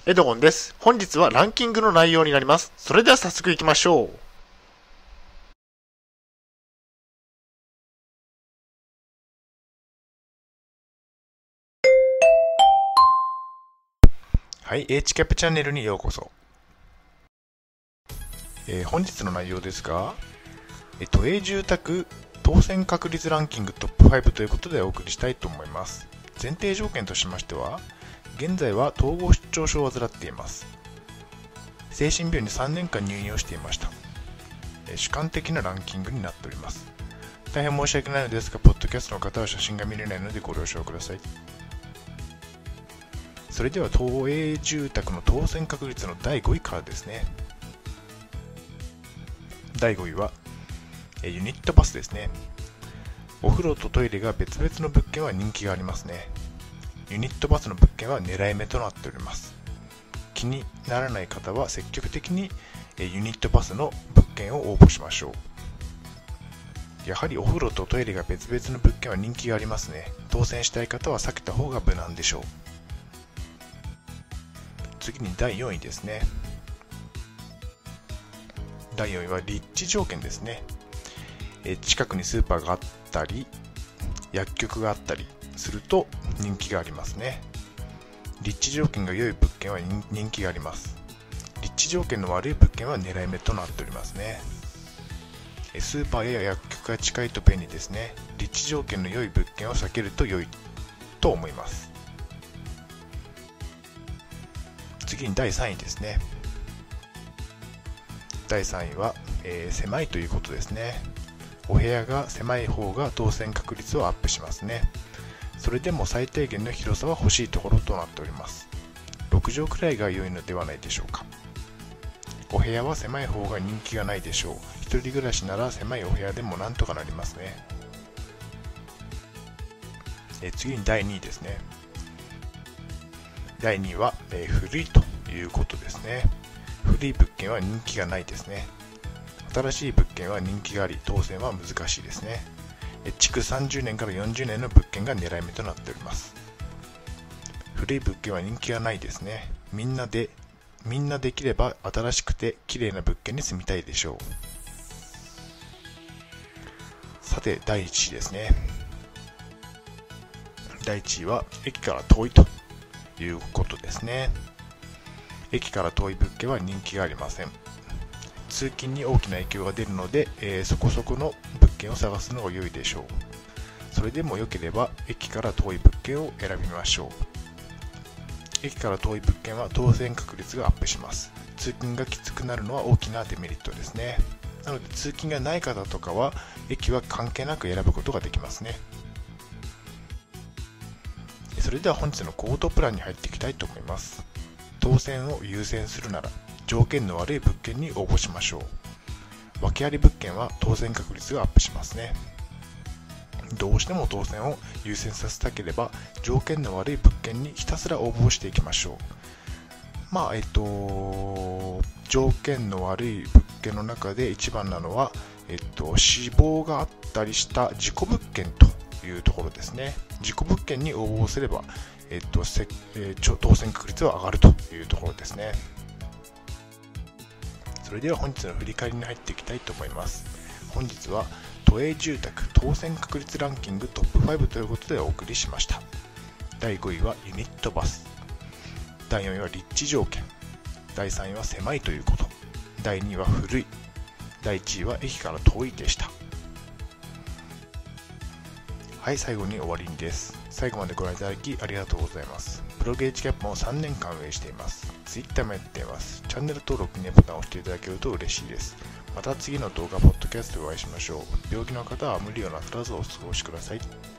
エドゴンです。本日はランキングの内容になります。それでは早速いきましょう。はい、H キャップチャンネルにようこそ。本日の内容ですが、都営住宅当選確率ランキングトップ5ということでお送りしたいと思います。前提条件としましては、現在は統合失調症を患っています。精神病に3年間入院をしていました。主観的なランキングになっております。大変申し訳ないのですが、ポッドキャストの方は写真が見れないのでご了承ください。それでは都営住宅の当選確率の第5位からですね。第5位はユニットバスですね。お風呂とトイレが別々の物件は人気がありますね。ユニットバスの物件は狙い目となっております。気にならない方は積極的にユニットバスの物件を応募しましょう。やはりお風呂とトイレが別々の物件は人気がありますね。当選したい方は避けた方が無難でしょう。次に第4位ですね。第4位は立地条件ですね。近くにスーパーがあったり薬局があったりすると人気がありますね。立地条件が良い物件は人気があります。立地条件の悪い物件は狙い目となっておりますね。スーパーや薬局が近いと便利ですね。立地条件の良い物件を避けると良いと思います。次に第3位ですね。第3位は、狭いということですね。お部屋が狭い方が当選確率をアップしますね。それでも最低限の広さは欲しいところとなっております。6畳くらいが良いのではないでしょうか。お部屋は狭い方が人気がないでしょう。一人暮らしなら狭いお部屋でもなんとかなりますね。次に第2位ですね。第2位は、古いということですね。古い物件は人気がないですね。新しい物件は人気があり、当選は難しいですね。築30年から40年の物件が狙い目となっております。古い物件は人気がないですね。みんなできれば新しくて綺麗な物件に住みたいでしょう。さて第1位ですね。第1位は駅から遠いということですね。駅から遠い物件は人気がありません。通勤に大きな影響が出るので、そこそこの物件を探すのが良いでしょう。それでも良ければ駅から遠い物件を選びましょう。駅から遠い物件は当選確率がアップします。通勤がきつくなるのは大きなデメリットですね。なので通勤がない方とかは駅は関係なく選ぶことができますね。それでは本日の行動プランに入っていきたいと思います。当選を優先するなら条件の悪い物件に応募しましょう。訳あり物件は当選確率がアップしますね。どうしても当選を優先させたければ条件の悪い物件にひたすら応募していきましょう。条件の悪い物件の中で一番なのは、死亡があったりした事故物件というところですね。事故物件に応募すれば、当選確率は上がるというところですね。それでは本日の振り返りに入っていきたいと思います。本日は都営住宅当選確率ランキングトップ5ということでお送りしました。第5位はユニットバス、第4位は立地条件、第3位は狭いということ、第2位は古い、第1位は駅から遠いでした。はい、最後に終わりにです。最後までご覧いただきありがとうございます。ブログ H キャップも3年間運営しています。Twitter もやっています。チャンネル登録、いいねボタンを押していただけると嬉しいです。また次の動画、ポッドキャストでお会いしましょう。病気の方は無理をなさらずお過ごしください。